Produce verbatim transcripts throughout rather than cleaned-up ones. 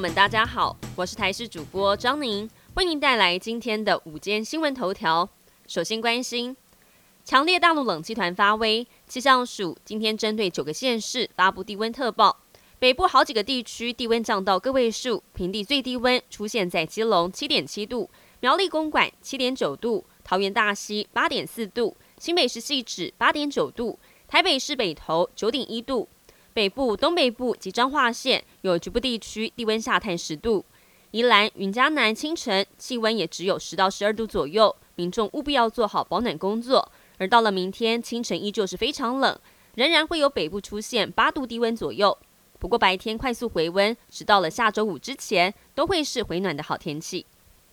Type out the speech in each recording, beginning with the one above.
们，大家好，我是台视主播张宁，为您带来今天的午间新闻头条。首先关心，强烈大陆冷气团发威，气象署今天针对九个县市发布低温特报，北部好几个地区低温降到个位数，平地最低温出现在基隆 七点七度，苗栗公馆 七点九度，桃园大溪 八点四度，新北市汐止 八点九度，台北市北投 九点一度。北部、东北部及彰化县有局部地区低温下探十度，宜兰、云嘉南清晨气温也只有十到十二度左右，民众务必要做好保暖工作。而到了明天清晨依旧是非常冷，仍然会有北部出现八度低温左右。不过白天快速回温，直到了下周五之前都会是回暖的好天气。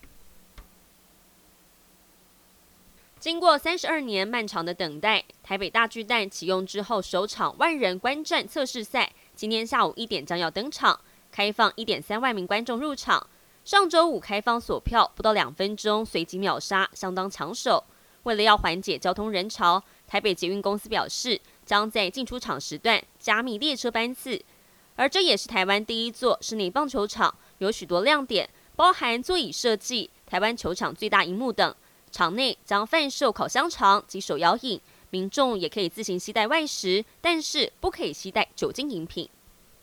经过三十二年漫长的等待，台北大巨蛋启用之后首场万人观战测试赛，今天下午一点将要登场，开放 一点三万名观众入场。上周五开放锁票，不到两分钟随即秒杀，相当抢手。为了要缓解交通人潮，台北捷运公司表示，将在进出场时段加密列车班次。而这也是台湾第一座室内棒球场，有许多亮点，包含座椅设计、台湾球场最大萤幕等。场内将贩售烤香肠及手摇饮，民众也可以自行携带外食，但是不可以携带酒精饮品。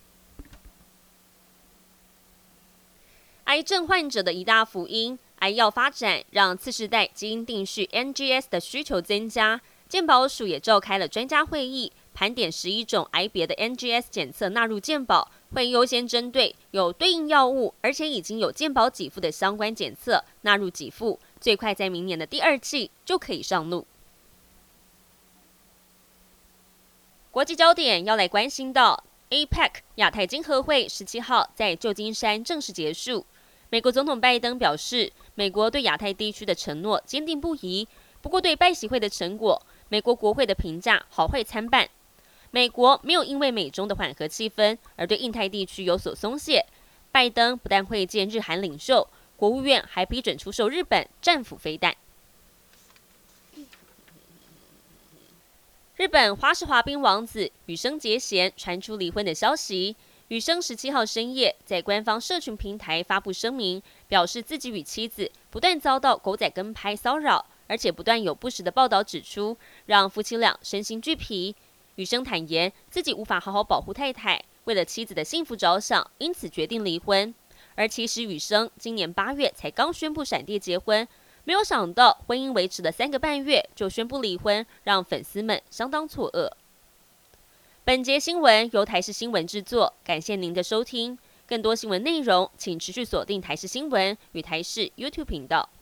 癌症患者的一大福音，癌药发展让次世代基因定序 N G S 的需求增加，健保署也召开了专家会议，盘点十一种癌别的 N G S 检测纳入健保，会优先针对有对应药物而且已经有健保给付的相关检测纳入给付。最快在明年的第二季就可以上路。国际焦点要来关心到 A P E C 亚太经合会十七号在旧金山正式结束。美国总统拜登表示，美国对亚太地区的承诺坚定不移。不过对拜习会的成果，美国国会的评价好坏参半。美国没有因为美中的缓和气氛而对印太地区有所松懈。拜登不但会见日韩领袖，国务院还批准出售日本战斧飞弹。日本花式滑冰王子羽生结弦传出离婚的消息。羽生十七号深夜在官方社群平台发布声明，表示自己与妻子不断遭到狗仔跟拍骚扰，而且不断有不实的报道指出，让夫妻俩身心俱疲。羽生坦言自己无法好好保护太太，为了妻子的幸福着想，因此决定离婚。而其实羽生今年八月才刚宣布闪电结婚，没有想到婚姻维持了三个半月就宣布离婚，让粉丝们相当错愕。本节新闻由台视新闻制作，感谢您的收听。更多新闻内容，请持续锁定台视新闻与台视 YouTube 频道。